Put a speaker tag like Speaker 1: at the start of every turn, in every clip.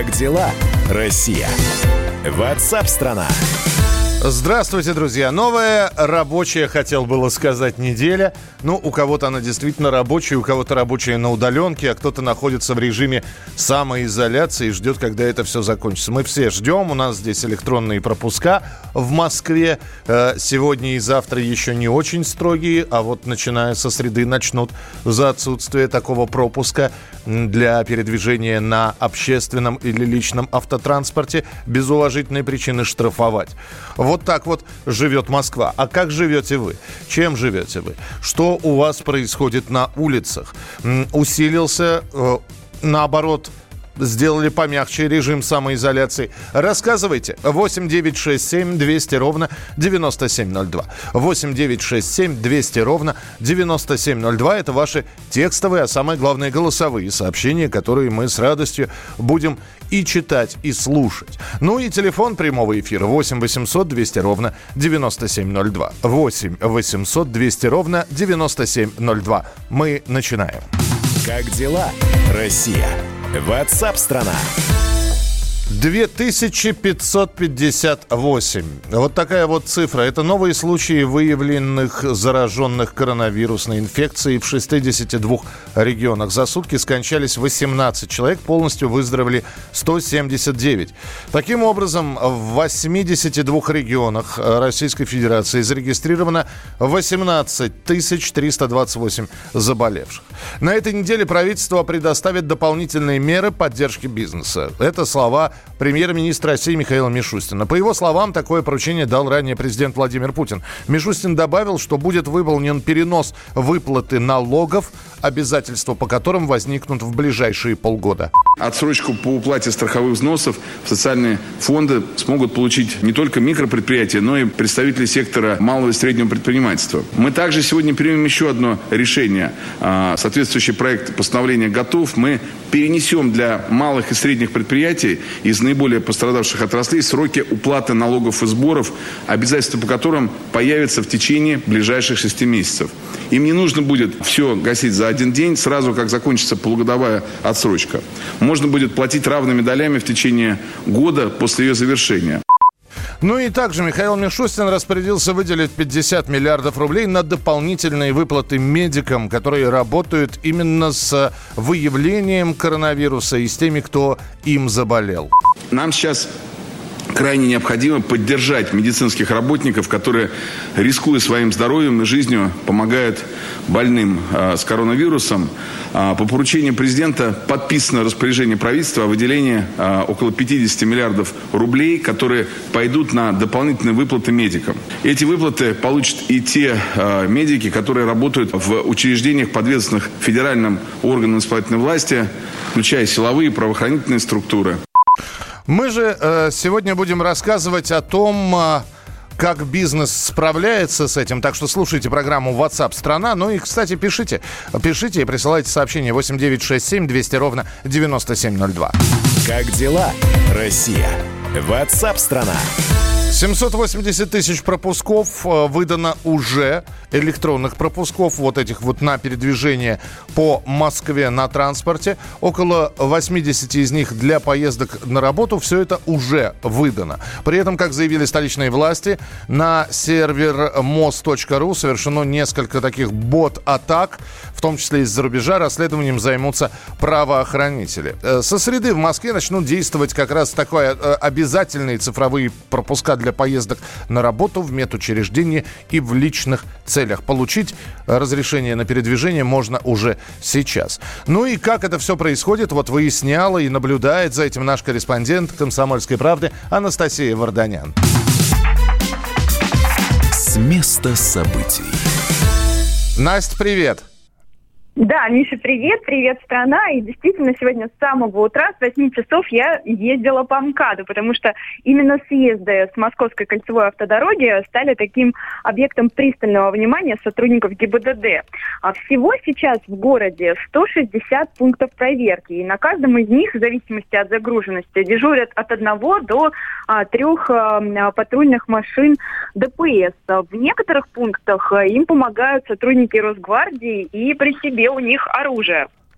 Speaker 1: Как дела, Россия? WhatsApp-страна.
Speaker 2: Здравствуйте, друзья. Новая рабочая, хотел было сказать, неделя. Ну, у кого-то она действительно рабочая, у кого-то рабочая на удаленке, а кто-то находится в режиме самоизоляции и ждет, когда это все закончится. Мы все ждем. У нас здесь электронные пропуска в Москве. Сегодня и завтра еще не очень строгие, а вот начиная со среды начнут за отсутствие такого пропуска для передвижения на общественном или личном автотранспорте без уважительной причины штрафовать. Вот так вот живет Москва. А как живете вы? Чем живете вы? Что у вас происходит на улицах? Усилился, наоборот, сделали помягче режим самоизоляции? Рассказывайте. 8 9 6 7 200 ровно 9702. 8 9 6 7 200 ровно 9702. Это ваши текстовые, а самое главное голосовые сообщения, которые мы с радостью будем и читать, и слушать. Ну и телефон прямого эфира 8 800 200 ровно 9702. 8 800 200 ровно 9702. Мы начинаем.
Speaker 1: Как дела, Россия? WhatsApp-страна.
Speaker 2: 2558. Вот такая вот цифра. Это новые случаи выявленных зараженных коронавирусной инфекцией в 62 регионах. За сутки скончались 18 человек, полностью выздоровели 179. Таким образом, в 82 регионах Российской Федерации зарегистрировано 18 328 заболевших. На этой неделе правительство предоставит дополнительные меры поддержки бизнеса. Это слова премьер-министра России Михаила Мишустина. По его словам, такое поручение дал ранее президент Владимир Путин. Мишустин добавил, что будет выполнен перенос выплаты налогов, обязательства по которым возникнут в ближайшие полгода.
Speaker 3: Отсрочку по уплате страховых взносов в социальные фонды смогут получить не только микропредприятия, но и представители сектора малого и среднего предпринимательства. Мы также сегодня примем еще одно решение. Соответствующий проект постановления готов. Мы перенесем для малых и средних предприятий из наиболее пострадавших отраслей сроки уплаты налогов и сборов, обязательства по которым появятся в течение ближайших 6 месяцев. Им не нужно будет все гасить за один день, сразу как закончится полугодовая отсрочка. Можно будет платить равными долями в течение года после ее завершения.
Speaker 2: Ну и также Михаил Мишустин распорядился выделить 50 миллиардов рублей на дополнительные выплаты медикам, которые работают именно с выявлением коронавируса и с теми, кто им заболел.
Speaker 3: Нам сейчас крайне необходимо поддержать медицинских работников, которые, рискуя своим здоровьем и жизнью, помогают больным с коронавирусом. По поручению президента подписано распоряжение правительства о выделении около 50 миллиардов рублей, которые пойдут на дополнительные выплаты медикам. Эти выплаты получат и те медики, которые работают в учреждениях, подведомственных федеральным органам исполнительной власти, включая силовые и правоохранительные структуры.
Speaker 2: Мы же сегодня будем рассказывать о том, как бизнес справляется с этим. Так что слушайте программу WhatsApp страна. Ну и, кстати, пишите и присылайте сообщение 8 9 6 7 200 ровно 9702.
Speaker 1: Как дела, Россия? WhatsApp-страна.
Speaker 2: 780 тысяч пропусков выдано уже, электронных пропусков, вот этих вот на передвижение по Москве на транспорте. Около 80 из них для поездок на работу. Все это уже выдано. При этом, как заявили столичные власти, на сервер mos.ru совершено несколько таких бот-атак, в том числе из-за рубежа. Расследованием займутся правоохранители. Со среды в Москве начнут действовать как раз такое обязательные цифровые пропуска для поездок на работу, в медучреждении и в личных целях. Получить разрешение на передвижение можно уже сейчас. Ну и как это все происходит, вот выясняла и наблюдает за этим наш корреспондент «Комсомольской правды» Анастасия Варданян.
Speaker 1: С места событий.
Speaker 2: Настя, привет!
Speaker 4: Да, Миша, привет, страна. И действительно, сегодня с самого утра, с 8 часов я ездила по МКАДу, потому что именно съезды с Московской кольцевой автодороги стали таким объектом пристального внимания сотрудников ГИБДД. А всего сейчас в городе 160 пунктов проверки, и на каждом из них, в зависимости от загруженности, дежурят от 1 до 3 патрульных машин ДПС. В некоторых пунктах им помогают сотрудники Росгвардии, и при себе у них оружие.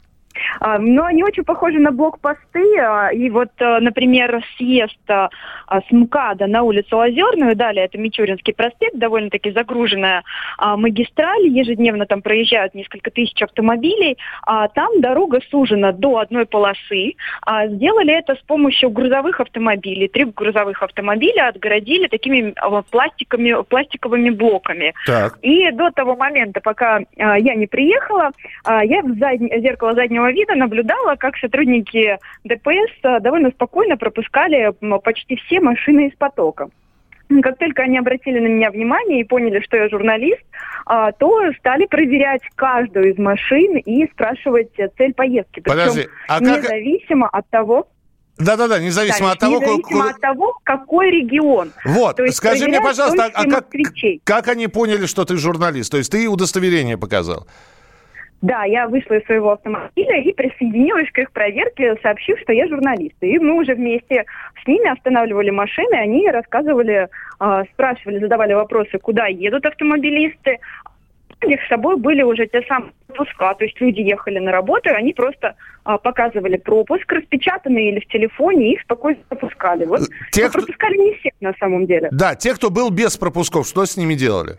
Speaker 4: Но они очень похожи на блокпосты. И вот, например, съезд с МКАДа на улицу Озерную, далее это Мичуринский проспект, довольно-таки загруженная магистраль, ежедневно там проезжают несколько тысяч автомобилей. Там дорога сужена до одной полосы. Сделали это с помощью грузовых автомобилей. 3 грузовых автомобиля отгородили такими пластиковыми блоками.
Speaker 2: Так.
Speaker 4: И до того момента, пока я не приехала, я в зеркало заднего вида наблюдала, как сотрудники ДПС довольно спокойно пропускали почти все машины из потока. Как только они обратили на меня внимание и поняли, что я журналист, то стали проверять каждую из машин и спрашивать цель поездки.
Speaker 2: Подожди,
Speaker 4: независимо от того...
Speaker 2: Да-да-да, независимо от того,
Speaker 4: какой регион.
Speaker 2: Вот, скажи мне, пожалуйста, как они поняли, что ты журналист? То есть ты удостоверение показал?
Speaker 4: Да, я вышла из своего автомобиля и присоединилась к их проверке, сообщив, что я журналист. И мы уже вместе с ними останавливали машины, они рассказывали, спрашивали, задавали вопросы, куда едут автомобилисты. У них с собой были уже те самые пропуска, то есть люди ехали на работу, и они просто показывали пропуск, распечатанный или в телефоне, и их спокойно пропускали. Вот пропускали не всех на самом деле.
Speaker 2: Да, те, кто был без пропусков, что с ними делали?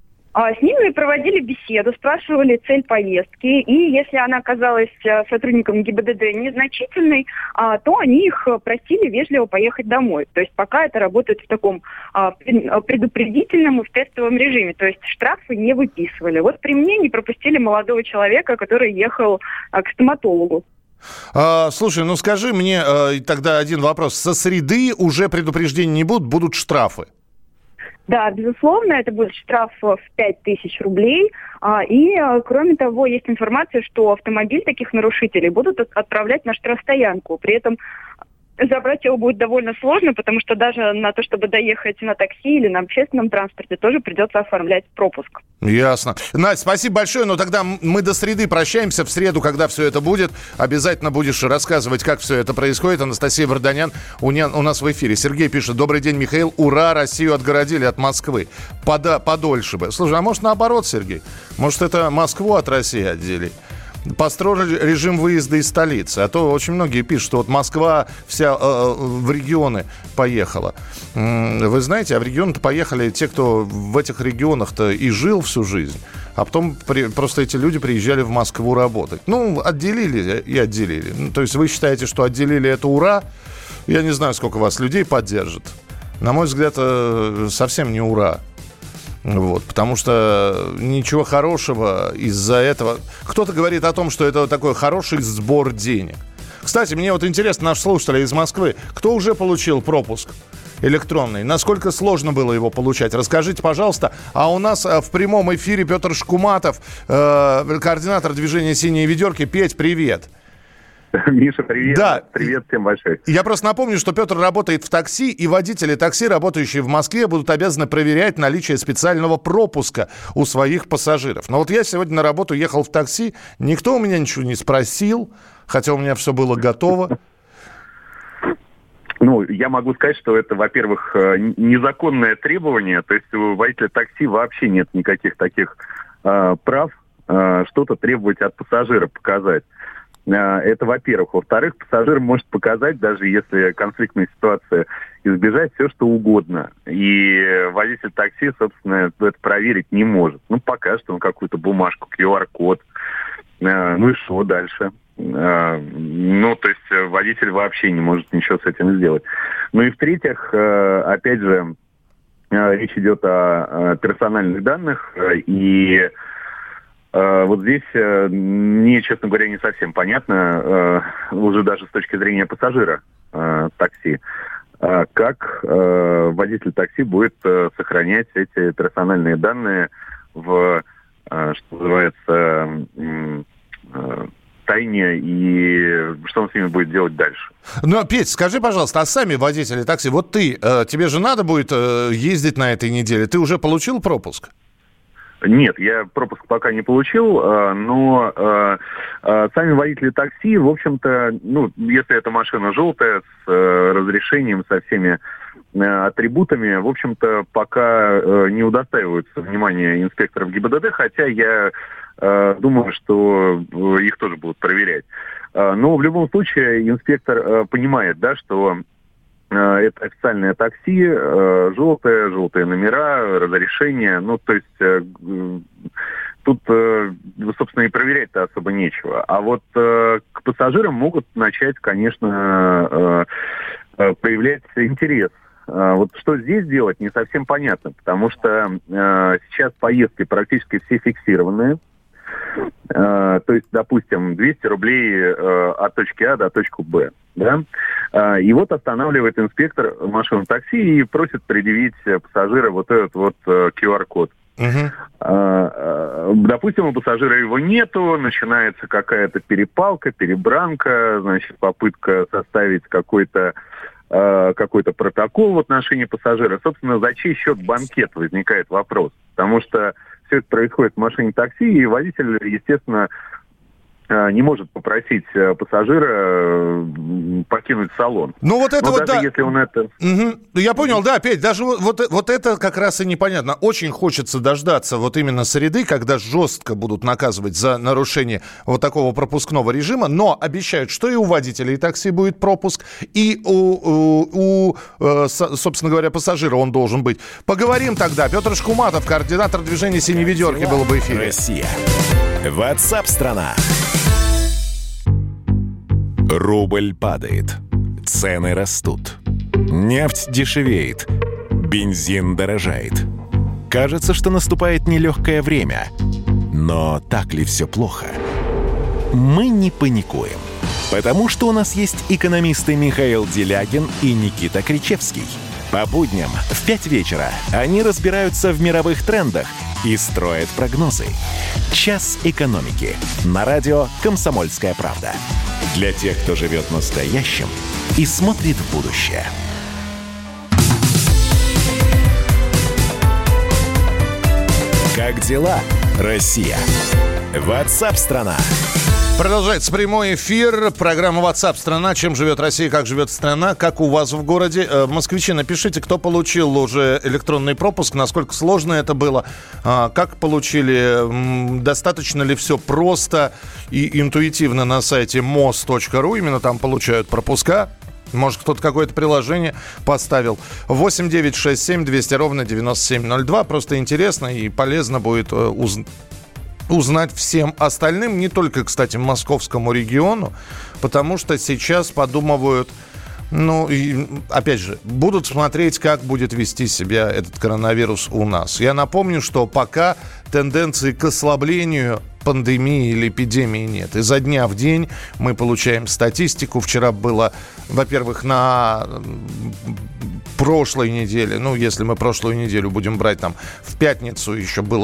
Speaker 4: С ними проводили беседу, спрашивали цель поездки, и если она оказалась сотрудником ГИБДД незначительной, то они их просили вежливо поехать домой. То есть пока это работает в таком предупредительном и в тестовом режиме, то есть штрафы не выписывали. Вот при мне не пропустили молодого человека, который ехал к стоматологу.
Speaker 2: Слушай, ну скажи мне тогда один вопрос. Со среды уже предупреждений не будут штрафы?
Speaker 4: Да, безусловно, это будет штраф в 5000 рублей. И, кроме того, есть информация, что автомобиль таких нарушителей будут отправлять на штрафстоянку. При этом забрать его будет довольно сложно, потому что даже на то, чтобы доехать на такси или на общественном транспорте, тоже придется оформлять пропуск.
Speaker 2: Ясно. Надь, спасибо большое, но тогда мы до среды прощаемся. В среду, когда все это будет, обязательно будешь рассказывать, как все это происходит. Анастасия Варданян у нас в эфире. Сергей пишет: добрый день, Михаил. Ура, Россию отгородили от Москвы. Подольше бы. Слушай, а может наоборот, Сергей? Может это Москву от России отделить? Построили режим выезда из столицы. А то очень многие пишут, что вот Москва вся в регионы поехала. Вы знаете, а в регионы-то поехали те, кто в этих регионах-то и жил всю жизнь. А потом просто эти люди приезжали в Москву работать. Ну, отделили и отделили. Ну, то есть вы считаете, что отделили это ура? Я не знаю, сколько вас людей поддержит. На мой взгляд, совсем не ура. Вот, потому что ничего хорошего из-за этого... Кто-то говорит о том, что это такой хороший сбор денег. Кстати, мне вот интересно, наши слушатели из Москвы, кто уже получил пропуск электронный? Насколько сложно было его получать? Расскажите, пожалуйста. А у нас в прямом эфире Петр Шкуматов, координатор движения «Синие ведерки». Петь, привет.
Speaker 5: Миша, привет.
Speaker 2: Да.
Speaker 5: Привет всем большой.
Speaker 2: Я просто напомню, что Петр работает в такси, и водители такси, работающие в Москве, будут обязаны проверять наличие специального пропуска у своих пассажиров. Но вот я сегодня на работу ехал в такси, никто у меня ничего не спросил, хотя у меня все было готово.
Speaker 5: Ну, я могу сказать, что это, во-первых, незаконное требование, то есть у водителя такси вообще нет никаких таких прав что-то требовать от пассажира показать. Это, во-первых. Во-вторых, пассажир может показать, даже если конфликтная ситуация, избежать все, что угодно. И водитель такси, собственно, это проверить не может. Ну, покажет он какую-то бумажку, QR-код. Ну и что дальше? Ну, то есть водитель вообще не может ничего с этим сделать. Ну и в-третьих, опять же, речь идет о персональных данных, и вот здесь мне, честно говоря, не совсем понятно, уже даже с точки зрения пассажира такси, как водитель такси будет сохранять эти персональные данные в, что называется, тайне, и что он с ними будет делать дальше.
Speaker 2: Ну, Петь, скажи, пожалуйста, а сами водители такси, вот ты, тебе же надо будет ездить на этой неделе, ты уже получил пропуск?
Speaker 5: Нет, я пропуск пока не получил, но сами водители такси, в общем-то, ну, если эта машина желтая, с разрешением, со всеми атрибутами, в общем-то, пока не удостаиваются внимания инспекторов ГИБДД, хотя я думаю, что их тоже будут проверять. Но в любом случае инспектор понимает, да, что это официальное такси, желтые номера, разрешение. Ну, то есть тут, собственно, и проверять-то особо нечего. А вот к пассажирам могут начать, конечно, проявлять интерес. Вот что здесь делать, не совсем понятно, потому что сейчас поездки практически все фиксированные. То есть, допустим, 200 рублей от точки А до точки Б. Да? И вот останавливает инспектор машину такси и просит предъявить пассажира вот этот вот QR-код. Допустим, у пассажира его нету, начинается какая-то перепалка, перебранка, значит, попытка составить какой-то протокол в отношении пассажира. Собственно, за чей счет банкет, возникает вопрос. Потому что все это происходит в машине такси, и водитель, естественно, не может попросить пассажира покинуть салон.
Speaker 2: Ну вот это
Speaker 5: но
Speaker 2: вот,
Speaker 5: даже
Speaker 2: да.
Speaker 5: Если он это...
Speaker 2: Я понял, да, Петь, даже вот это как раз и непонятно. Очень хочется дождаться вот именно среды, когда жестко будут наказывать за нарушение вот такого пропускного режима, но обещают, что и у водителей такси будет пропуск, и у собственно говоря, пассажира он должен быть. Поговорим тогда. Петр Шкуматов, координатор движения «Синей ведерки», был бы в эфире.
Speaker 1: Россия. WhatsApp-страна. Рубль падает. Цены растут. Нефть дешевеет. Бензин дорожает. Кажется, что наступает нелегкое время. Но так ли все плохо? Мы не паникуем. Потому что у нас есть экономисты Михаил Делягин и Никита Кричевский. По будням в 5 вечера они разбираются в мировых трендах и строят прогнозы. «Час экономики» на радио «Комсомольская правда». Для тех, кто живет настоящим и смотрит в будущее. Как дела, Россия? WhatsApp-страна.
Speaker 2: Продолжается прямой эфир. Программа WhatsApp-страна. Чем живет Россия, как живет страна, как у вас в городе. Москвичи, напишите, кто получил уже электронный пропуск, насколько сложно это было, как получили, достаточно ли все просто и интуитивно на сайте mos.ru. Именно там получают пропуска. Может, кто-то какое-то приложение поставил. 8 9 6 7 200 ровно 9702. Просто интересно и полезно будет узнать всем остальным, не только, кстати, московскому региону, потому что сейчас подумывают, ну, и, опять же, будут смотреть, как будет вести себя этот коронавирус у нас. Я напомню, что пока тенденции к ослаблению пандемии или эпидемии нет. Изо дня в день мы получаем статистику. Вчера было, во-первых, на прошлой неделе, ну, если мы прошлую неделю будем брать, там, в пятницу еще было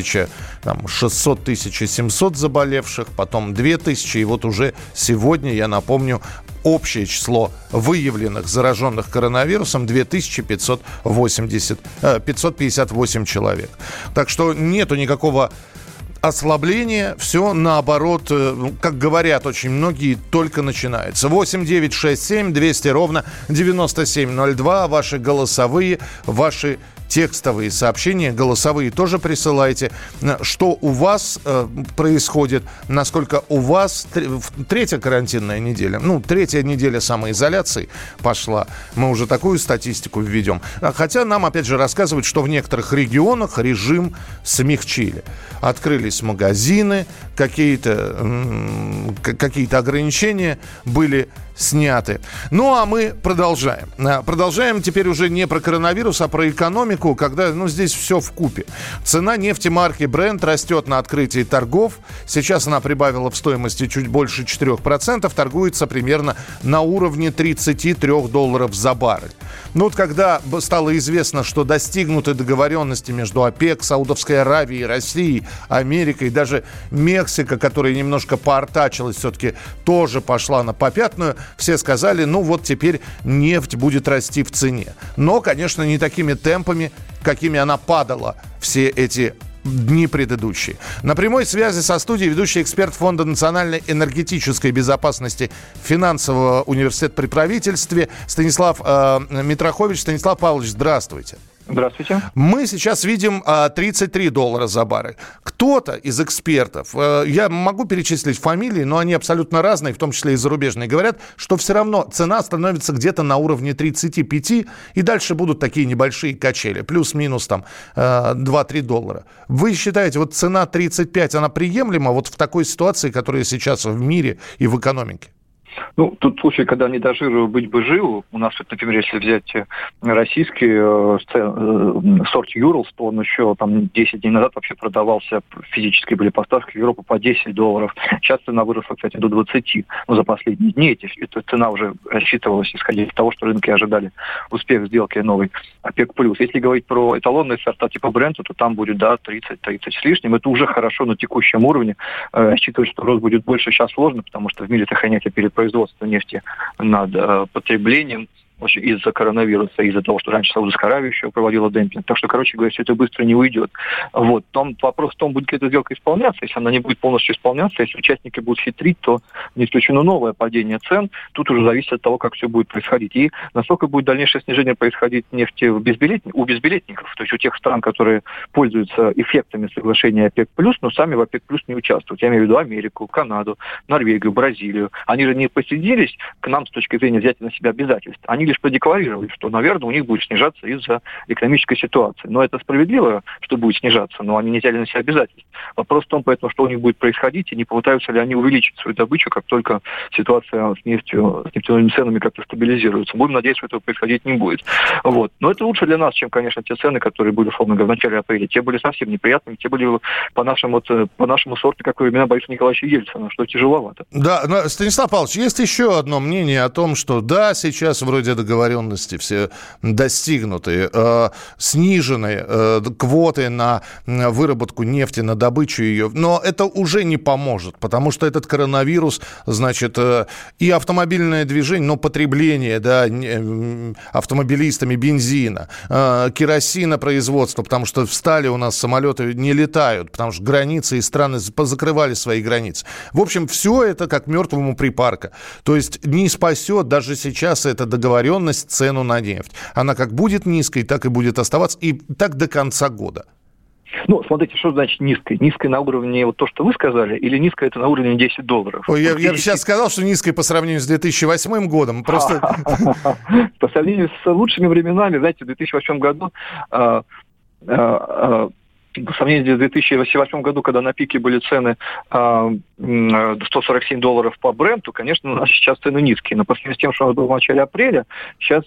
Speaker 2: 1600-1700 заболевших, потом 2000, и вот уже сегодня, я напомню, общее число выявленных зараженных коронавирусом 558 человек. Так что нету никакого ослабление, все наоборот, как говорят очень многие, только начинается. 8 9 6 7 200 ровно 9702. Ваши голосовые, ваши текстовые сообщения, голосовые тоже присылайте. Что у вас происходит, насколько у вас третья карантинная неделя, третья неделя самоизоляции пошла. Мы уже такую статистику введем. Хотя нам, опять же, рассказывают, что в некоторых регионах режим смягчили. Открылись магазины, какие-то ограничения были сняты. Ну, а мы продолжаем. Продолжаем теперь уже не про коронавирус, а про экономику, когда, здесь все вкупе. Цена нефти марки Brent растет на открытии торгов. Сейчас она прибавила в стоимости чуть больше 4%. Торгуется примерно на уровне $33 за баррель. Вот когда стало известно, что достигнуты договоренности между ОПЕК, Саудовской Аравией, Россией, Америкой, даже Мексика, которая немножко поортачилась, все-таки тоже пошла на попятную, все сказали, теперь нефть будет расти в цене. Но, конечно, не такими темпами, какими она падала все эти дни предыдущие. На прямой связи со студией ведущий эксперт Фонда национальной энергетической безопасности Финансового университета при правительстве Станислав Митрохович. Станислав Павлович, здравствуйте.
Speaker 6: Здравствуйте.
Speaker 2: Мы сейчас видим $33 за баррель. Кто-то из экспертов, я могу перечислить фамилии, но они абсолютно разные, в том числе и зарубежные, говорят, что все равно цена становится где-то на уровне 35, и дальше будут такие небольшие качели, плюс-минус там $2-3. Вы считаете, вот цена 35, она приемлема вот в такой ситуации, которая сейчас в мире и в экономике?
Speaker 6: Ну, тут случай, когда не до жиру быть бы живу. У нас, например, если взять российский сорт Юрлс, то он еще там 10 дней назад вообще продавался, физически были поставки в Европу по $10. Сейчас цена выросла, кстати, до 20. Но за последние дни эта цена уже рассчитывалась, исходя из того, что рынки ожидали успех сделки новой ОПЕК+. Если говорить про эталонные сорта типа Брента, то там будет, 30 с лишним. Это уже хорошо на текущем уровне. Рассчитывать, что рост будет больше, сейчас сложно, потому что в мире сохраняется перепроизводство нефти над потреблением из-за коронавируса, из-за того, что раньше Саудовская Аравия еще проводила демпинг. Так что, короче говоря, все это быстро не уйдет. Вот. Вопрос в том, будет ли эта сделка исполняться. Если она не будет полностью исполняться, если участники будут хитрить, то не исключено новое падение цен. Тут уже зависит от того, как все будет происходить. И насколько будет дальнейшее снижение происходить нефти у безбилетников, то есть у тех стран, которые пользуются эффектами соглашения ОПЕК+, но сами в ОПЕК+ не участвуют. Я имею в виду Америку, Канаду, Норвегию, Бразилию. Они же не присоединились к нам с точки зрения взятия на себя обязательств. Они лишь продекларировали, что, наверное, у них будет снижаться из-за экономической ситуации. Но это справедливо, что будет снижаться, но они не взяли на себя обязательств. Вопрос в том, поэтому, что у них будет происходить, и не попытаются ли они увеличить свою добычу, как только ситуация с нефтью, с нефтяными ценами как-то стабилизируется. Будем надеяться, что этого происходить не будет. Вот. Но это лучше для нас, чем, конечно, те цены, которые были, условно говоря, в начале апреля. Те были совсем неприятными, те были по нашему сорту, как во времена Бориса Николаевича Ельцина, что тяжеловато.
Speaker 2: Да, но, Станислав Павлович, есть еще одно мнение о том, что да, сейчас вроде договоренности все достигнуты, снижены квоты на выработку нефти, на добычу ее, но это уже не поможет, потому что этот коронавирус, значит, и автомобильное движение, но потребление, да, автомобилистами бензина, керосина производства, потому что встали у нас самолеты, не летают, потому что границы и страны позакрывали свои границы. В общем, все это как мертвому припарка. То есть не спасет даже сейчас эта договоренность цену на нефть. Она как будет низкой, так и будет оставаться, и так до конца года.
Speaker 6: Ну, смотрите, что значит низкой? Низкой на уровне вот то, что вы сказали, или низкой это на уровне $10?
Speaker 2: Ой, я бы сейчас сказал, что низкой по сравнению с 2008 годом. Просто...
Speaker 6: По сравнению с лучшими временами, знаете, в 2008 году... По сравнению с 2008 году, когда на пике были цены $147 по Бренту, конечно, у нас сейчас цены низкие. Но по сравнению с тем, что у нас было в начале апреля, сейчас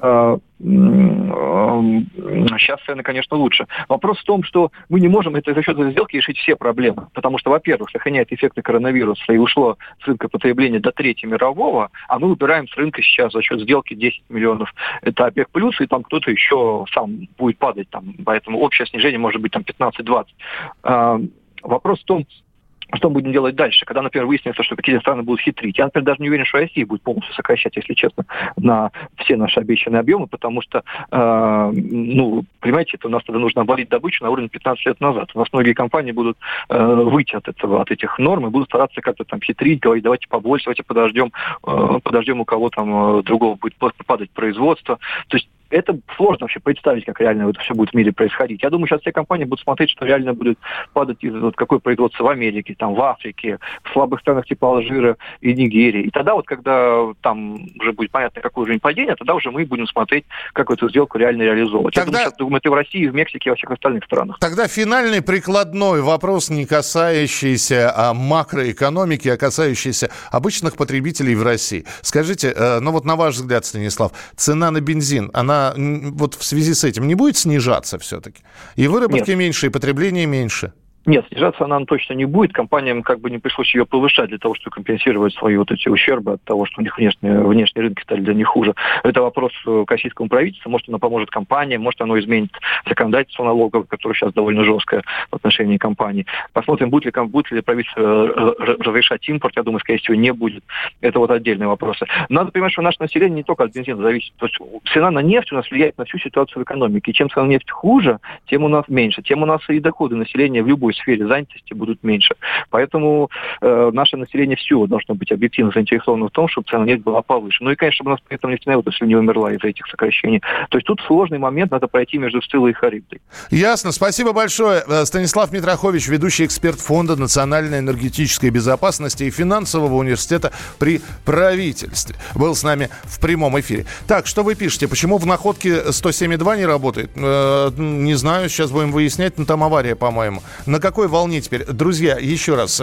Speaker 6: цены, конечно, лучше. Вопрос в том, что мы не можем за счет этой сделки решить все проблемы. Потому что, во-первых, сохраняет эффекты коронавируса и ушло с рынка потребления до трети мирового, а мы убираем с рынка сейчас за счет сделки 10 миллионов. Это ОПЕК+, и там кто-то еще сам будет падать. Там, поэтому общее снижение может быть там 15-20. Вопрос в том, что мы будем делать дальше, когда, например, выяснится, что какие-то страны будут хитрить. Я, например, даже не уверен, что Россия будет полностью сокращать, если честно, на все наши обещанные объемы, потому что, понимаете, это у нас тогда нужно обвалить добычу на уровне 15 лет назад. У нас многие компании будут выйти от этих норм и будут стараться как-то там хитрить, говорить, давайте побольше, давайте подождем, у кого там другого будет падать производство. То есть это сложно вообще представить, как реально это все будет в мире происходить. Я думаю, сейчас все компании будут смотреть, что реально будет падать какое производство в Америке, там, в Африке, в слабых странах типа Алжира и Нигерии. И тогда когда там уже будет понятно, какое уровень падения, тогда уже мы будем смотреть, как эту сделку реально реализовывать. Я думаю, это в России, в Мексике и во всех остальных странах.
Speaker 2: Тогда финальный прикладной вопрос, не касающийся макроэкономики, а касающийся обычных потребителей в России. Скажите, на ваш взгляд, Станислав, цена на бензин, она вот в связи с этим не будет снижаться все-таки? И выработки меньше, и потребление меньше?
Speaker 6: Нет, снижаться она точно не будет. Компаниям как бы не пришлось ее повышать для того, чтобы компенсировать свои вот эти ущербы от того, что у них внешние рынки стали для них хуже. Это вопрос к российскому правительству. Может, оно поможет компаниям, может, оно изменит законодательство налоговое, которое сейчас довольно жесткое в отношении компаний. Посмотрим, будет ли правительство разрешать импорт. Я думаю, скорее всего, не будет. Это вот отдельные вопросы. Надо понимать, что наше население не только от бензина зависит. То есть цена на нефть у нас влияет на всю ситуацию в экономике. И чем цена на нефть хуже, тем у нас меньше. Тем у нас и доходы населения в любой сфере занятости будут меньше. Поэтому наше население все должно быть объективно заинтересовано в том, чтобы цена на нефть была повыше. Ну и, конечно, чтобы у нас при этом нефтяная отрасль не умерла из-за этих сокращений. То есть тут сложный момент, надо пройти между Сциллой и Харибдой.
Speaker 2: Ясно. Спасибо большое. Станислав Митрохович, ведущий эксперт Фонда национальной энергетической безопасности и финансового университета при правительстве, был с нами в прямом эфире. Так, что вы пишете? Почему в Находке 107,2 не работает? Не знаю, сейчас будем выяснять, но там авария, по-моему. На какой волне теперь? Друзья, еще раз,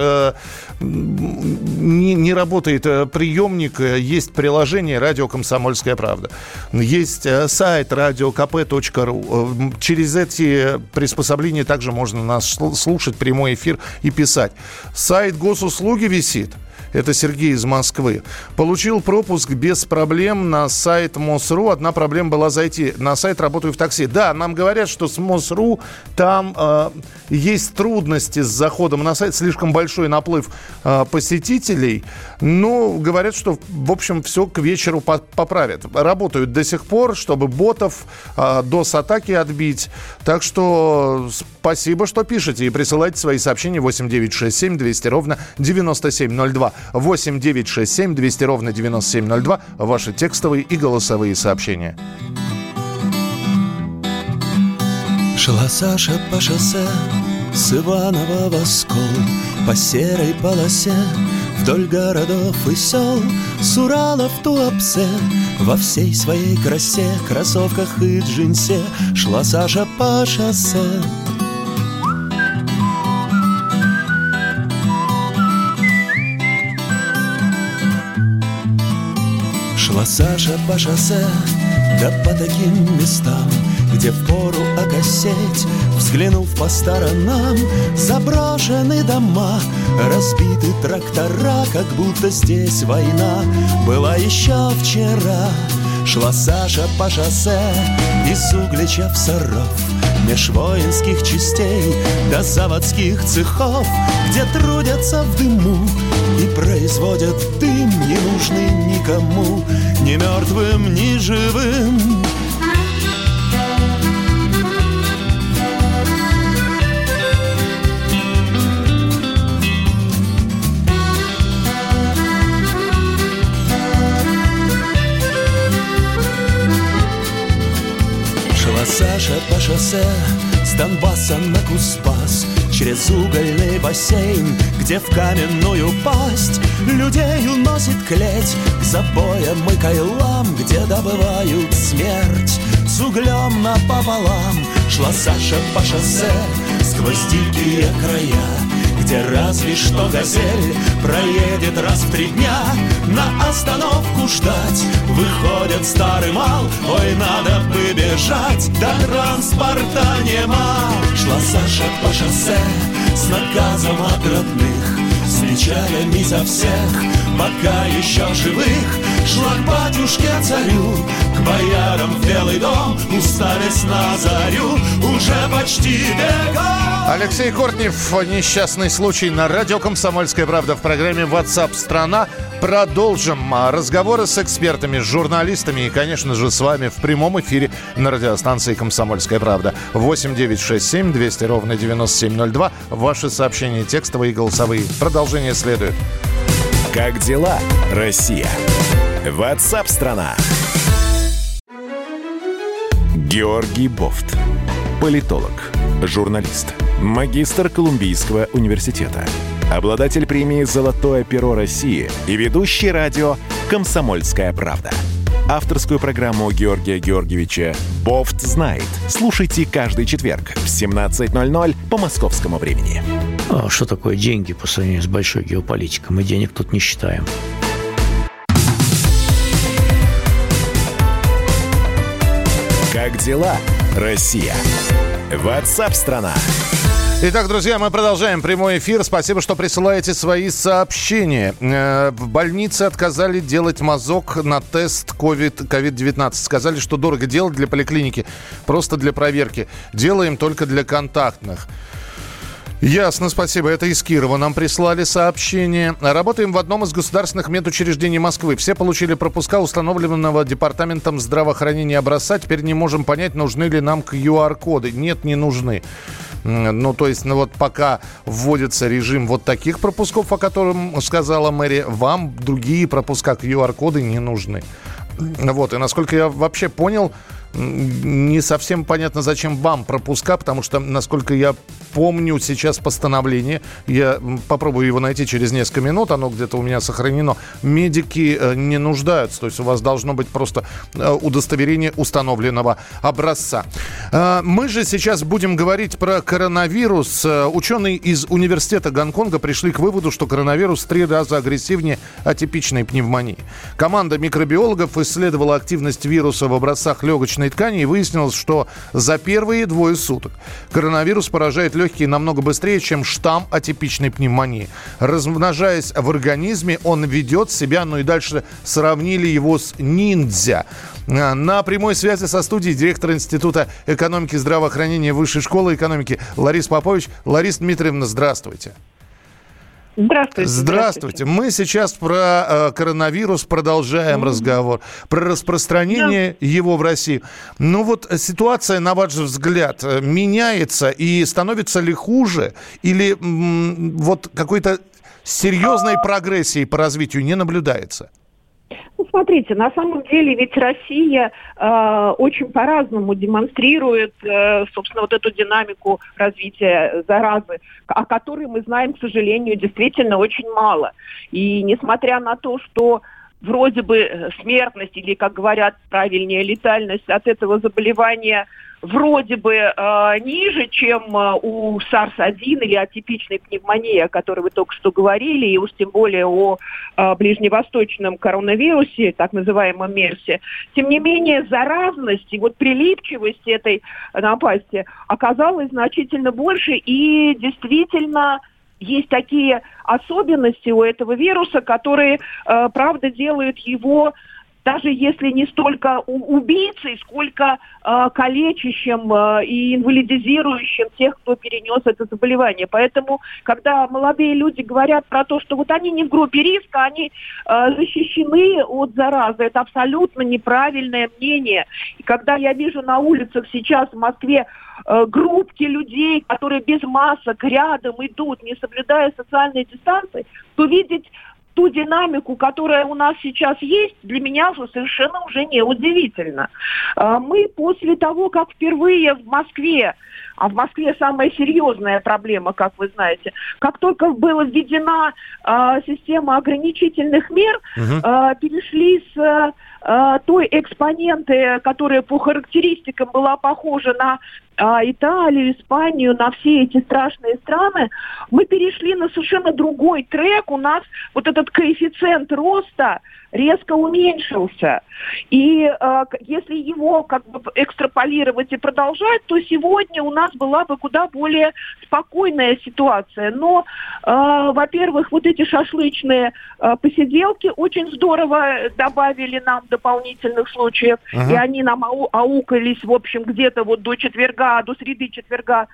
Speaker 2: не работает приемник, есть приложение «Радио Комсомольская правда». Есть сайт radiokp.ru. Через эти приспособления также можно нас слушать, прямой эфир и писать. Сайт госуслуги висит. Это Сергей из Москвы. Получил пропуск без проблем на сайт МОСРУ. Одна проблема была зайти на сайт «Работаю в такси». Да, нам говорят, что с МОСРУ там есть трудности с заходом на сайт. Слишком большой наплыв посетителей. Но говорят, что, в общем, все к вечеру поправят. Работают до сих пор, чтобы ботов DOS-атаки отбить. Так что спасибо, что пишете. И присылайте свои сообщения 8 967 200 ровно 9702. 8 967 200 ровно 9702. Ваши текстовые и голосовые сообщения.
Speaker 7: Шла Саша по шоссе с Иванова в Оскол, по серой полосе вдоль городов и сел, с Урала в Туапсе во всей своей красе, кроссовках и джинсе шла Саша по шоссе. Шла Саша по шоссе, да по таким местам, где впору окосеть. Взглянув по сторонам, заброшены дома, разбиты трактора, как будто здесь война была еще вчера. Шла Саша по шоссе из Углича в Саров, меж воинских частей до заводских цехов, где трудятся в дыму и производят дым, не нужный никому, ни мертвым, ни живым. Шла Саша по шоссе с Донбасса на Куспас, через угольный бассейн, где в каменную пасть людей уносит клеть к забоям и кайлам, где добывают смерть с углем напополам. Шла Саша по шоссе сквозь дикие края, где разве что газель проедет раз в 3 дня. На остановку ждать выходит старый мал, ой, надо бы бежать, да транспорта нема. Шла Саша по шоссе с наказом от родных, с печалями за всех, пока еще живых. Шла к батюшке царю, к боярам в Белый дом, уставясь на зарю, уже почти бегом.
Speaker 2: Алексей Кортнев, несчастный случай на радио «Комсомольская правда» в программе WhatsApp страна. Продолжим разговоры с экспертами, с журналистами и, конечно же, с вами в прямом эфире на радиостанции «Комсомольская правда». 8 967 200 ровно 9702. Ваши сообщения текстовые и голосовые. Продолжение следует.
Speaker 1: Как дела, Россия? WhatsApp страна. Георгий Бофт. Политолог, журналист, магистр Колумбийского университета, обладатель премии «Золотое перо России» и ведущий радио «Комсомольская правда». Авторскую программу Георгия Георгиевича «Бофт знает». Слушайте каждый четверг в 17:00 по московскому времени.
Speaker 8: А что такое деньги по сравнению с большой геополитикой? Мы денег тут не считаем.
Speaker 1: Как дела, Россия? WhatsApp страна.
Speaker 2: Итак, друзья, мы продолжаем прямой эфир. Спасибо, что присылаете свои сообщения. В больнице отказали делать мазок на тест COVID-19. Сказали, что дорого делать для поликлиники, просто для проверки. Делаем только для контактных. Ясно, спасибо. Это из Кирова нам прислали сообщение. Работаем в одном из государственных медучреждений Москвы. Все получили пропуска установленного Департаментом здравоохранения образца. Теперь не можем понять, нужны ли нам QR-коды. Нет, не нужны. Ну, то есть, вот пока вводится режим вот таких пропусков, о котором сказала мэрия, вам другие пропуска, QR-коды не нужны. Вот, и насколько я вообще понял, не совсем понятно, зачем вам пропуска, потому что, насколько я помню сейчас постановление, я попробую его найти через несколько минут, оно где-то у меня сохранено, медики не нуждаются, то есть у вас должно быть просто удостоверение установленного образца. Мы же сейчас будем говорить про коронавирус. Ученые из университета Гонконга пришли к выводу, что коронавирус в 3 раза агрессивнее атипичной пневмонии. Команда микробиологов исследовала активность вируса в образцах легочной ткани и выяснилось, что за первые 2 суток коронавирус поражает легкие намного быстрее, чем штамм атипичной пневмонии. Размножаясь в организме, он ведет себя, ну и дальше сравнили его с ниндзя. На прямой связи со студией директор Института экономики и здравоохранения Высшей школы экономики Лариса Попович. Лариса Дмитриевна, здравствуйте.
Speaker 9: Здравствуйте.
Speaker 2: Здравствуйте. Мы сейчас про коронавирус продолжаем разговор. Про распространение его в России. Ну вот ситуация, на ваш взгляд, меняется и становится ли хуже? Или вот какой-то серьезной прогрессии по развитию не наблюдается?
Speaker 9: Ну, смотрите, на самом деле ведь Россия очень по-разному демонстрирует, собственно, вот эту динамику развития заразы, о которой мы знаем, к сожалению, действительно очень мало. И несмотря на то, что вроде бы смертность или, как говорят правильнее, летальность от этого заболевания вроде бы ниже, чем у SARS-1 или атипичной пневмонии, о которой вы только что говорили, и уж тем более о ближневосточном коронавирусе, так называемом МЕРСе. Тем не менее, заразность и вот прилипчивость этой напасти оказалась значительно больше, и действительно есть такие особенности у этого вируса, которые, правда, делают его, даже если не столько убийцей, сколько калечащим и инвалидизирующим тех, кто перенес это заболевание. Поэтому, когда молодые люди говорят про то, что вот они не в группе риска, они защищены от заразы, это абсолютно неправильное мнение. И когда я вижу на улицах сейчас в Москве группки людей, которые без масок рядом идут, не соблюдая социальной дистанции, то видеть ту динамику, которая у нас сейчас есть, для меня совершенно уже не удивительно. Мы после того, как впервые в Москве, а в Москве самая серьезная проблема, как вы знаете, как только была введена система ограничительных мер, перешли с той экспоненты, которая по характеристикам была похожа на Италию, Испанию, на все эти страшные страны, мы перешли на совершенно другой трек. У нас вот этот коэффициент роста резко уменьшился. И если его как бы экстраполировать и продолжать, то сегодня у нас была бы куда более спокойная ситуация. Но, во-первых, вот эти шашлычные посиделки очень здорово добавили нам дополнительных случаев. И они нам аукались, в общем, где-то вот до четверга, до среды четверга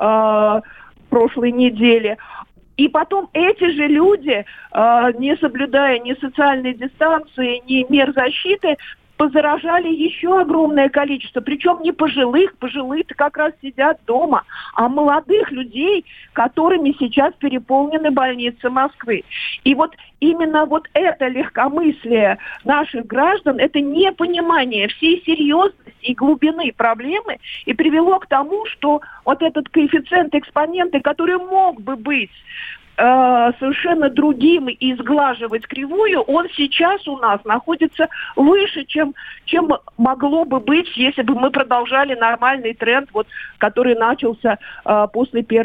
Speaker 9: прошлой недели. И потом эти же люди, не соблюдая ни социальной дистанции, ни мер защиты, позаражали еще огромное количество. Причем не пожилых, пожилые-то как раз сидят дома, а молодых людей, которыми сейчас переполнены больницы Москвы. И вот именно вот это легкомыслие наших граждан, это непонимание всей серьезности и глубины проблемы и привело к тому, что вот этот коэффициент экспоненты, который мог бы быть совершенно другим и сглаживать кривую, он сейчас у нас находится выше, чем могло бы быть, если бы мы продолжали нормальный тренд, вот, который начался после первых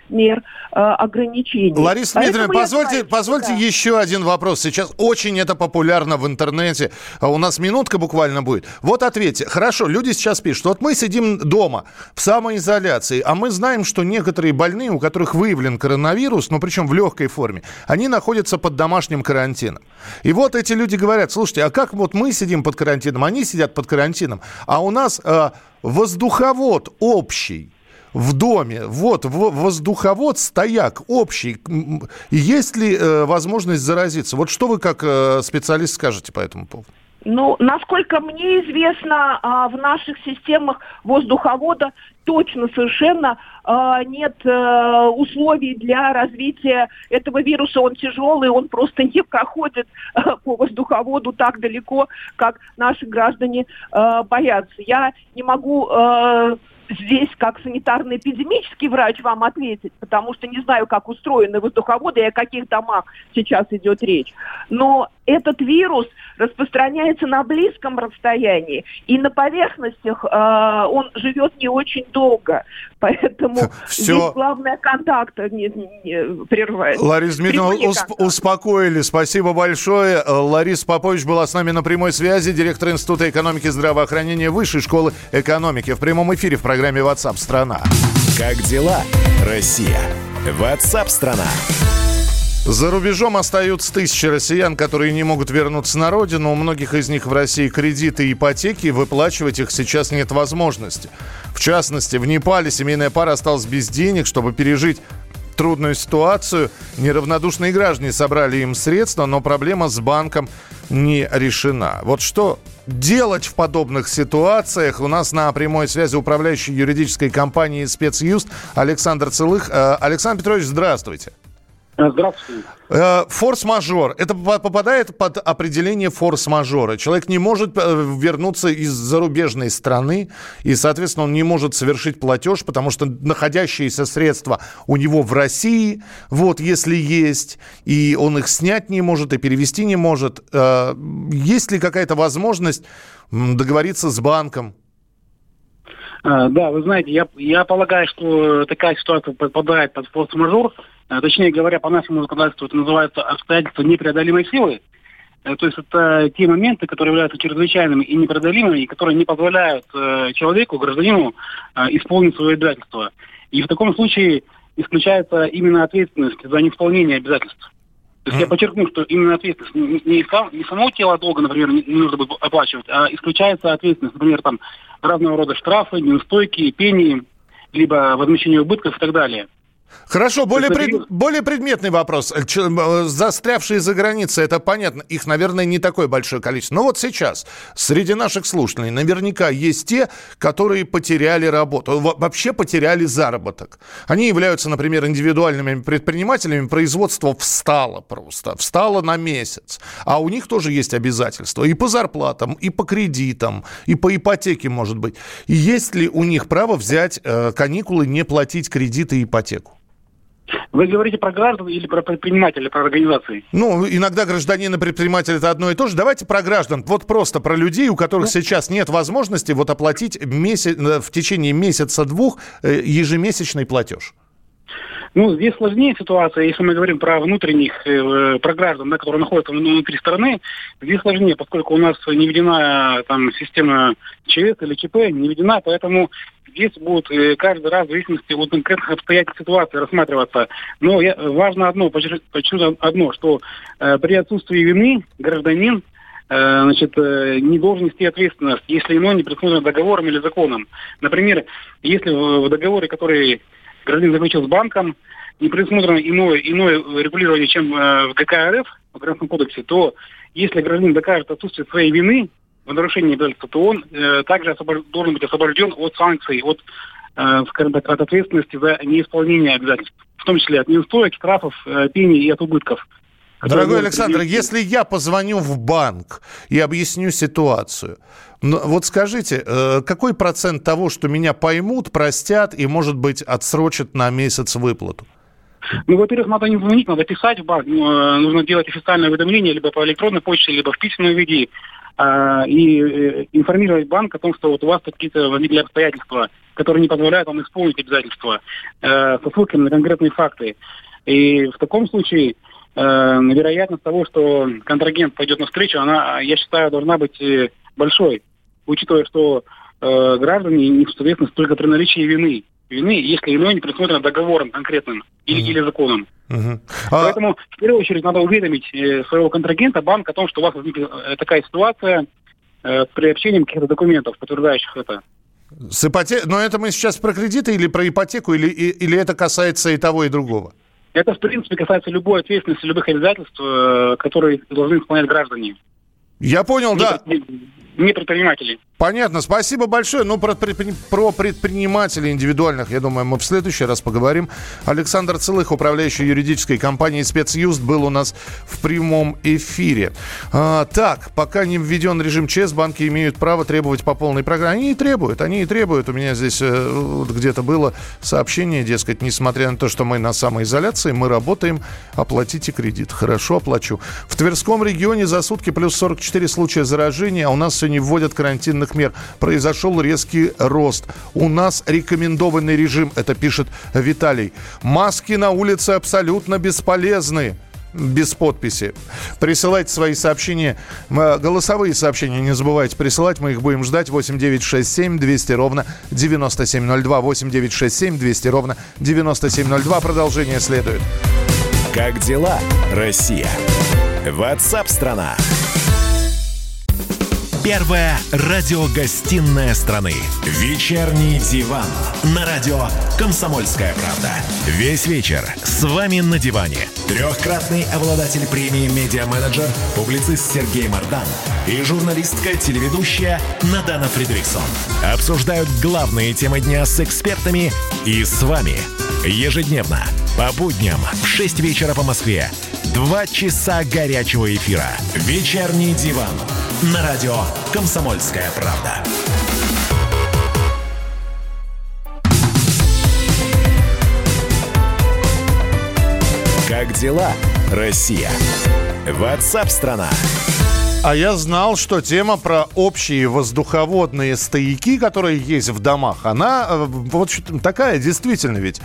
Speaker 9: мер ограничений.
Speaker 2: Лариса Дмитриевна, позвольте еще один вопрос. Сейчас очень это популярно в интернете. У нас минутка буквально будет. Вот ответьте. Хорошо, люди сейчас пишут. Вот мы сидим дома в самоизоляции, а мы знаем, что некоторые больные, у которых выявлен коронавирус, ну причем в легкой форме, они находятся под домашним карантином. И вот эти люди говорят: слушайте, а как вот мы сидим под карантином, они сидят под карантином, а у нас воздуховод общий в доме, вот воздуховод, стояк общий. Есть ли возможность заразиться? Вот что вы как специалист скажете по этому поводу?
Speaker 9: Ну, насколько мне известно, в наших системах воздуховода точно совершенно нет условий для развития этого вируса. Он тяжелый, он просто не проходит по воздуховоду так далеко, как наши граждане боятся. Я не могу здесь, как санитарно-эпидемический врач, вам ответить, потому что не знаю, как устроены воздуховоды и о каких домах сейчас идет речь. Но этот вирус распространяется на близком расстоянии, и на поверхностях он живет не очень долго. Поэтому здесь главное контакт не прерывается.
Speaker 2: Лариса Дмитриевна, успокоили. Спасибо большое. Лариса Попович была с нами на прямой связи, директор Института экономики и здравоохранения Высшей школы экономики. В прямом эфире в программе WhatsApp страна.
Speaker 1: Как дела, Россия? WhatsApp страна.
Speaker 2: За рубежом остаются тысячи россиян, которые не могут вернуться на родину. У многих из них в России кредиты и ипотеки. Выплачивать их сейчас нет возможности. В частности, в Непале семейная пара осталась без денег, чтобы пережить трудную ситуацию. Неравнодушные граждане собрали им средства, но проблема с банком не решена. Вот что делать в подобных ситуациях? У нас на прямой связи управляющий юридической компанией «Спецюст» Александр Целых. Александр Петрович, здравствуйте.
Speaker 10: Здравствуйте.
Speaker 2: Форс-мажор. Это попадает под определение форс-мажора. Человек не может вернуться из зарубежной страны, и, соответственно, он не может совершить платеж, потому что находящиеся средства у него в России, вот, если есть, и он их снять не может, и перевести не может. Есть ли какая-то возможность договориться с банком?
Speaker 10: Да, вы знаете, я полагаю, что такая ситуация подпадает под форс-мажор. Точнее говоря, по нашему законодательству это называется обстоятельства непреодолимой силы. То есть это те моменты, которые являются чрезвычайными и непреодолимыми, и которые не позволяют человеку, гражданину, исполнить свои обязательства. И в таком случае исключается именно ответственность за неисполнение обязательств. То есть я подчеркну, что именно ответственность не само тело долга, например, не нужно будет оплачивать, а исключается ответственность, например, там разного рода штрафы, неустойки, пени, либо возмещение убытков и так далее.
Speaker 2: Хорошо, более предметный вопрос. Застрявшие за границей, это понятно, их, наверное, не такое большое количество. Но вот сейчас среди наших слушателей наверняка есть те, которые потеряли работу, вообще потеряли заработок. Они являются, например, индивидуальными предпринимателями, производство встало на месяц. А у них тоже есть обязательства и по зарплатам, и по кредитам, и по ипотеке, может быть. И есть ли у них право взять каникулы, не платить кредиты и ипотеку?
Speaker 10: Вы говорите про граждан или про предпринимателей, про организации?
Speaker 2: Ну, иногда гражданин и предприниматель – это одно и то же. Давайте про граждан. Вот просто про людей, у которых сейчас нет возможности вот оплатить в течение месяца-двух ежемесячный платеж.
Speaker 10: Ну, здесь сложнее ситуация, если мы говорим про внутренних, про граждан, да, которые находятся внутри страны, здесь сложнее, поскольку у нас не введена там система ЧС или ЧП, не введена, поэтому здесь будут каждый раз в зависимости от конкретных обстоятельств ситуации рассматриваться. Но важно подчеркнуть одно, что при отсутствии вины гражданин не должен нести ответственность, если иное не предусмотрено договором или законом. Например, если в договоре, который гражданин заключил с банком, не предусмотрено иное регулирование, чем в ГК РФ, в Гражданском кодексе, то если гражданин докажет отсутствие своей вины в нарушении обязательства, то он также должен быть освобожден от санкций, от ответственности за неисполнение обязательств, в том числе от неустоек, штрафов, пений и от убытков.
Speaker 2: Дорогой Александр, если я позвоню в банк и объясню ситуацию, вот скажите, какой процент того, что меня поймут, простят и, может быть, отсрочат на месяц выплату?
Speaker 10: Ну, во-первых, надо не звонить, надо писать в банк. Нужно делать официальное уведомление либо по электронной почте, либо в письменном виде. и информировать банк о том, что вот у вас какие-то возникли обстоятельства, которые не позволяют вам исполнить обязательства, со ссылками на конкретные факты. И в таком случае вероятность того, что контрагент пойдет навстречу, она, я считаю, должна быть большой, учитывая, что граждане несут ответственность только при наличии вины, если виной не предусмотрено договором конкретным или законом. Поэтому в первую очередь надо уведомить своего контрагента, банк, о том, что у вас возникла такая ситуация с приобщением каких-то документов, подтверждающих это.
Speaker 2: Но это мы сейчас про кредиты или про ипотеку, или это касается и того, и другого?
Speaker 10: Это, в принципе, касается любой ответственности, любых обязательств, которые должны исполнять граждане.
Speaker 2: Я понял, да.
Speaker 10: Не предприниматели.
Speaker 2: Понятно, спасибо большое. Ну, про предпринимателей индивидуальных, я думаю, мы в следующий раз поговорим. Александр Целых, управляющий юридической компанией «Спецюст», был у нас в прямом эфире. Так, пока не введен режим ЧС, банки имеют право требовать по полной программе. Они и требуют. У меня здесь где-то было сообщение, дескать, несмотря на то, что мы на самоизоляции, мы работаем, оплатите кредит. Хорошо, оплачу. В Тверском регионе за сутки плюс 44 случая заражения, а у нас все не вводят карантинных мер. Произошел резкий рост. У нас рекомендованный режим, это пишет Виталий. Маски на улице абсолютно бесполезны. Без подписи. Присылайте свои сообщения, голосовые сообщения не забывайте присылать, мы их будем ждать. 8967 200 ровно 9702. 8967 200 ровно 9702. Продолжение следует.
Speaker 1: Как дела, Россия? WhatsApp-страна. Первая радиогостинная страны. Вечерний диван. На радио «Комсомольская правда». Весь вечер с вами на диване. Трехкратный обладатель премии «Медиа-менеджер», публицист Сергей Мардан и журналистка-телеведущая Надана Фридриксон обсуждают главные темы дня с экспертами и с вами. Ежедневно, по будням, в 6 вечера по Москве. 2 часа горячего эфира. Вечерний диван. На радио «Комсомольская правда». Как дела, Россия? WhatsApp-страна.
Speaker 2: А я знал, что тема про общие воздуховодные стояки, которые есть в домах, она вот такая, действительно ведь.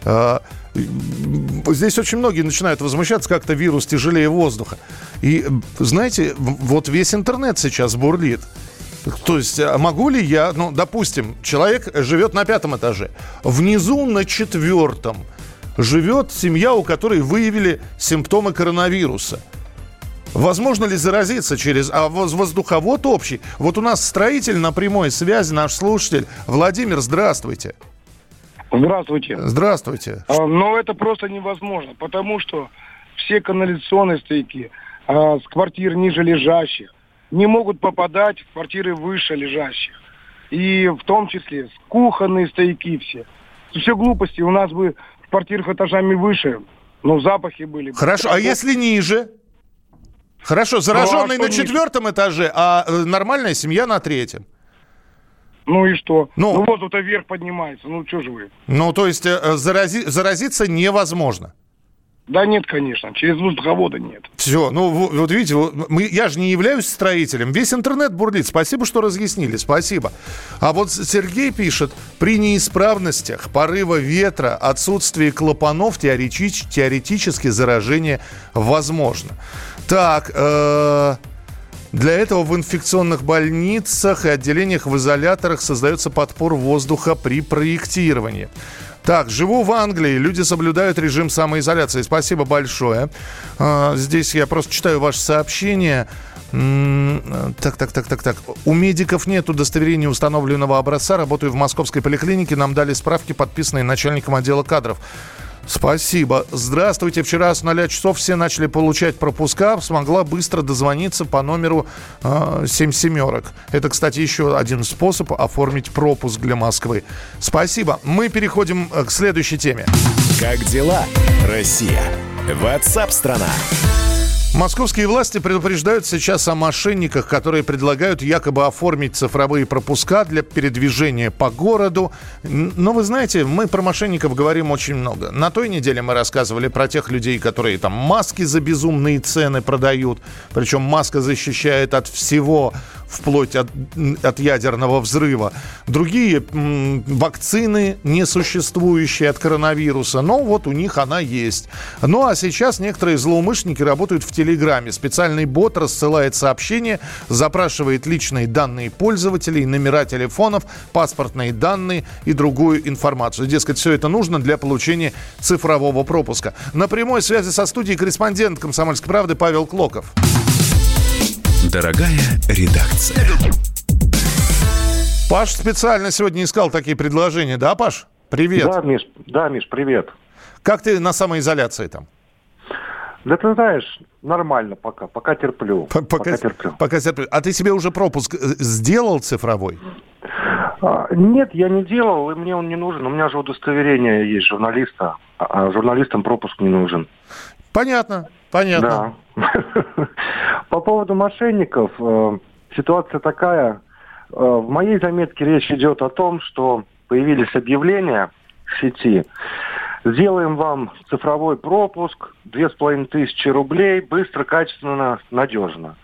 Speaker 2: Здесь очень многие начинают возмущаться, как-то вирус тяжелее воздуха. И, знаете, вот весь интернет сейчас бурлит. То есть, могу ли я, допустим, человек живет на 5 этаже, внизу на 4 живет семья, у которой выявили симптомы коронавируса. Возможно ли заразиться через воздуховод общий? Вот у нас строитель на прямой связи, наш слушатель. Владимир, здравствуйте.
Speaker 11: Здравствуйте.
Speaker 2: Здравствуйте.
Speaker 11: Но это просто невозможно, потому что все канализационные стояки с квартир ниже лежащих не могут попадать в квартиры выше лежащих. И в том числе кухонные стояки все. Все глупости. У нас бы в квартирах этажами выше, но запахи были бы.
Speaker 2: Хорошо, а если ниже? Хорошо, зараженный на 4 этаже, а нормальная семья на 3.
Speaker 11: Ну и что? Воздух-то вверх поднимается. Ну, что же вы?
Speaker 2: То есть заразиться невозможно?
Speaker 11: Да нет, конечно. Через воздуховоды нет.
Speaker 2: Все. Вот видите, я же не являюсь строителем. Весь интернет бурлит. Спасибо, что разъяснили. Спасибо. А вот Сергей пишет. При неисправностях порыва ветра, отсутствии клапанов теоретически заражение возможно. Так, для этого в инфекционных больницах и отделениях в изоляторах создается подпор воздуха при проектировании. Так, живу в Англии, люди соблюдают режим самоизоляции. Спасибо большое. Здесь я просто читаю ваше сообщение. Так. У медиков нет удостоверения установленного образца. Работаю в московской поликлинике. Нам дали справки, подписанные начальником отдела кадров. Спасибо. Здравствуйте. Вчера с 0 часов все начали получать пропуска. Смогла быстро дозвониться по номеру 7 семерок. Это, кстати, еще один способ оформить пропуск для Москвы. Спасибо. Мы переходим к следующей теме.
Speaker 1: Как дела, Россия? WhatsApp-страна.
Speaker 2: Московские власти предупреждают сейчас о мошенниках, которые предлагают якобы оформить цифровые пропуска для передвижения по городу. Но вы знаете, мы про мошенников говорим очень много. На той неделе мы рассказывали про тех людей, которые там маски за безумные цены продают. Причем маска защищает от всего, вплоть от ядерного взрыва. Другие вакцины несуществующие от коронавируса. Но вот у них она есть. Ну а сейчас некоторые злоумышленники работают в Телеграме. Специальный бот рассылает сообщения, запрашивает личные данные пользователей, номера телефонов, паспортные данные и другую информацию. Дескать, все это нужно для получения цифрового пропуска. На прямой связи со студией корреспондент «Комсомольской правды» Павел Клоков.
Speaker 1: Дорогая редакция.
Speaker 2: Паш специально сегодня искал такие предложения. Да, Паш? Привет.
Speaker 12: Да, Миш, привет.
Speaker 2: Как ты на самоизоляции там?
Speaker 12: Да ты знаешь, нормально пока терплю. Пока терплю.
Speaker 2: А ты себе уже пропуск сделал цифровой?
Speaker 12: Нет, я не делал, и мне он не нужен. У меня же удостоверение есть журналиста, а журналистам пропуск не нужен.
Speaker 2: Понятно.
Speaker 12: Да. По поводу мошенников, ситуация такая. В моей заметке речь идет о том, что появились объявления в сети. Сделаем вам цифровой пропуск, 2500 рублей, быстро, качественно, надежно.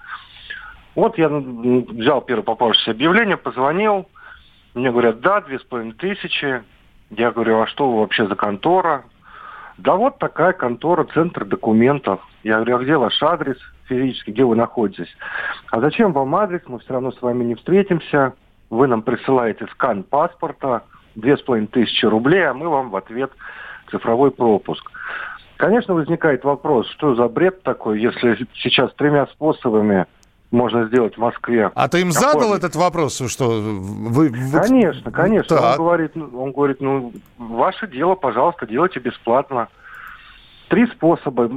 Speaker 12: Вот я взял первое попавшееся объявление, позвонил. Мне говорят, да, 2500. Я говорю, а что вы вообще за контора? Да вот такая контора, центр документов. Я говорю, а где ваш адрес физически, где вы находитесь? А зачем вам адрес? Мы все равно с вами не встретимся. Вы нам присылаете скан паспорта, 2500 рублей, а мы вам в ответ цифровой пропуск. Конечно, возникает вопрос, что за бред такой, если сейчас 3 способами можно сделать в Москве.
Speaker 2: А ты им задал этот вопрос, что вы...
Speaker 12: Конечно. Он говорит, ну, ваше дело, пожалуйста, делайте бесплатно. 3 способа.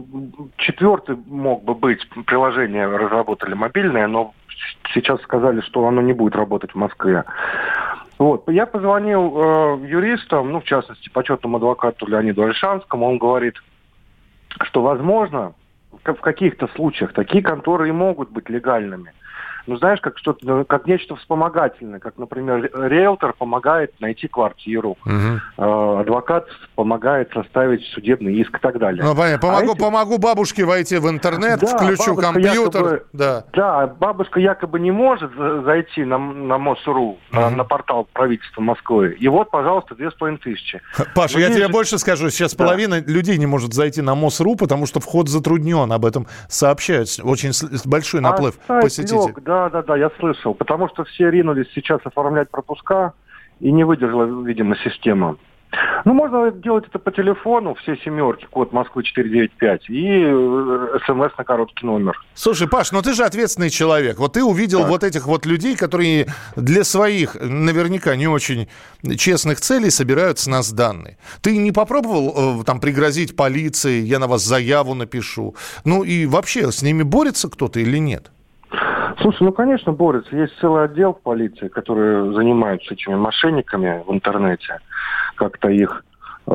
Speaker 12: 4 мог бы быть. Приложение разработали мобильное, но сейчас сказали, что оно не будет работать в Москве. Вот. Я позвонил юристам, в частности, почетному адвокату Леониду Ольшанскому. Он говорит, что, возможно, в каких-то случаях такие конторы и могут быть легальными. Ну, знаешь, как нечто вспомогательное, как, например, риэлтор помогает найти квартиру, адвокат помогает составить судебный иск и так далее.
Speaker 2: Ну, понятно. Помогу бабушке войти в интернет, да, включу компьютер.
Speaker 12: Да, бабушка якобы не может зайти на МОСРУ, на портал правительства Москвы. И вот, пожалуйста, 2500.
Speaker 2: Паша, я тебе больше скажу. Сейчас половина людей не может зайти на МОСРУ, потому что вход затруднен. Об этом сообщают. Очень большой наплыв посетителей.
Speaker 12: Да, я слышал. Потому что все ринулись сейчас оформлять пропуска, и не выдержала, видимо, система. Ну, можно делать это по телефону, все 7, код Москвы 495, и СМС на короткий номер.
Speaker 2: Слушай, Паш, ну ты же ответственный человек. Вот ты увидел вот этих вот людей, которые для своих, наверняка, не очень честных целей собирают с нас данные. Ты не попробовал там пригрозить полиции, я на вас заяву напишу? Ну и вообще, с ними борется кто-то или нет?
Speaker 12: Слушай, конечно, борются. Есть целый отдел в полиции, который занимается этими мошенниками в интернете. Как-то их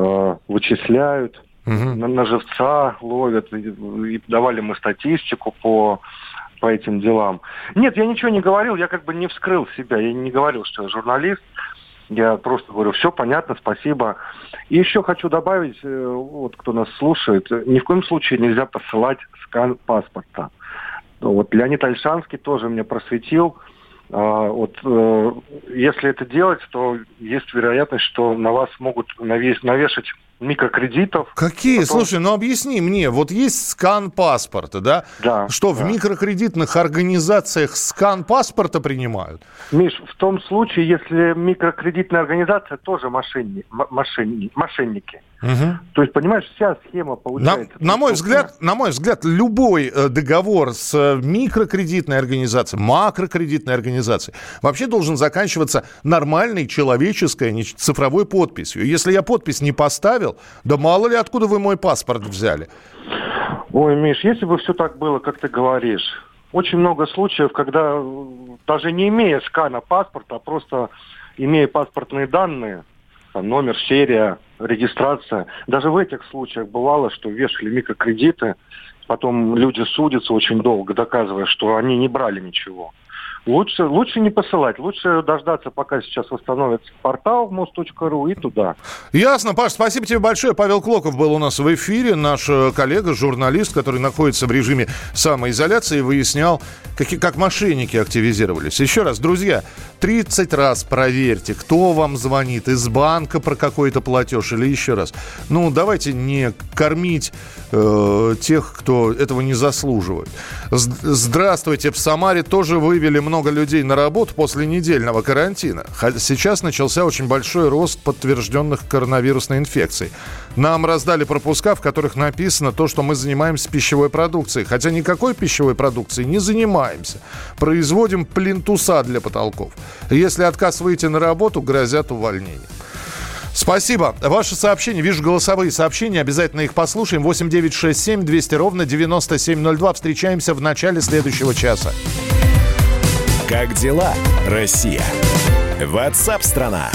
Speaker 12: вычисляют, на живца ловят. И давали мы статистику по этим делам. Нет, я ничего не говорил, я как бы не вскрыл себя. Я не говорил, что я журналист. Я просто говорю, все понятно, спасибо. И еще хочу добавить, вот кто нас слушает, ни в коем случае нельзя посылать скан паспорта. Вот Леонид Ольшанский тоже меня просветил. Если это делать, то есть вероятность, что на вас могут навешать микрокредитов.
Speaker 2: Какие? Потом... Слушай, объясни мне. Вот есть скан паспорта, да?
Speaker 12: Да.
Speaker 2: Что, в микрокредитных организациях скан паспорта принимают?
Speaker 12: Миш, в том случае, если микрокредитная организация тоже мошенники. Угу. То есть, понимаешь, вся схема получается...
Speaker 2: На мой взгляд, любой договор с микрокредитной организацией, макрокредитной организацией вообще должен заканчиваться нормальной человеческой цифровой подписью. Если я подпись не поставил, да мало ли откуда вы мой паспорт взяли.
Speaker 12: Ой, Миш, если бы все так было, как ты говоришь. Очень много случаев, когда даже не имея скана паспорта, а просто имея паспортные данные, номер, серия, регистрация. Даже в этих случаях бывало, что вешали микрокредиты, потом люди судятся очень долго, доказывая, что они не брали ничего. Лучше не посылать, лучше дождаться, пока сейчас восстановится портал мост.ру и туда.
Speaker 2: Ясно, Паш, спасибо тебе большое. Павел Клоков был у нас в эфире, наш коллега, журналист, который находится в режиме самоизоляции, выяснял, как мошенники активизировались. Еще раз, друзья, 30 раз проверьте, кто вам звонит, из банка про какой-то платеж или еще раз. Ну, давайте не кормить тех, кто этого не заслуживает. Здравствуйте, в Самаре тоже вывели много людей на работу после недельного карантина. Сейчас начался очень большой рост подтвержденных коронавирусной инфекций. Нам раздали пропуска, в которых написано то, что мы занимаемся пищевой продукцией. Хотя никакой пищевой продукцией не занимаемся. Производим плинтуса для потолков. Если отказ выйти на работу, грозят увольнением. Спасибо. Ваши сообщения, вижу голосовые сообщения, обязательно их послушаем. 8 9 6 7 200 ровно 9702. Встречаемся в начале следующего часа.
Speaker 1: Как дела, Россия? WhatsApp-страна.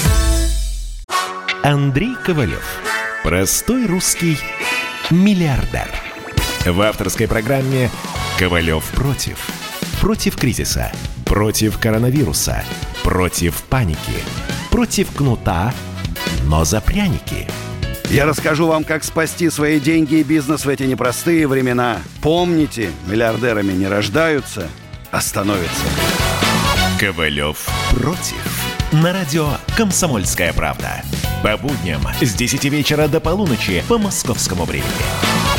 Speaker 7: Андрей Ковалев.
Speaker 1: Простой русский миллиардер. В авторской программе «Ковалев против». Против кризиса, против коронавируса, против паники, против кнута, но за пряники.
Speaker 13: Я расскажу вам, как спасти свои деньги и бизнес в эти непростые времена. Помните, миллиардерами не рождаются, а становятся.
Speaker 1: Ковалев против. На радио «Комсомольская правда». По будням с 10 вечера до полуночи по московскому времени.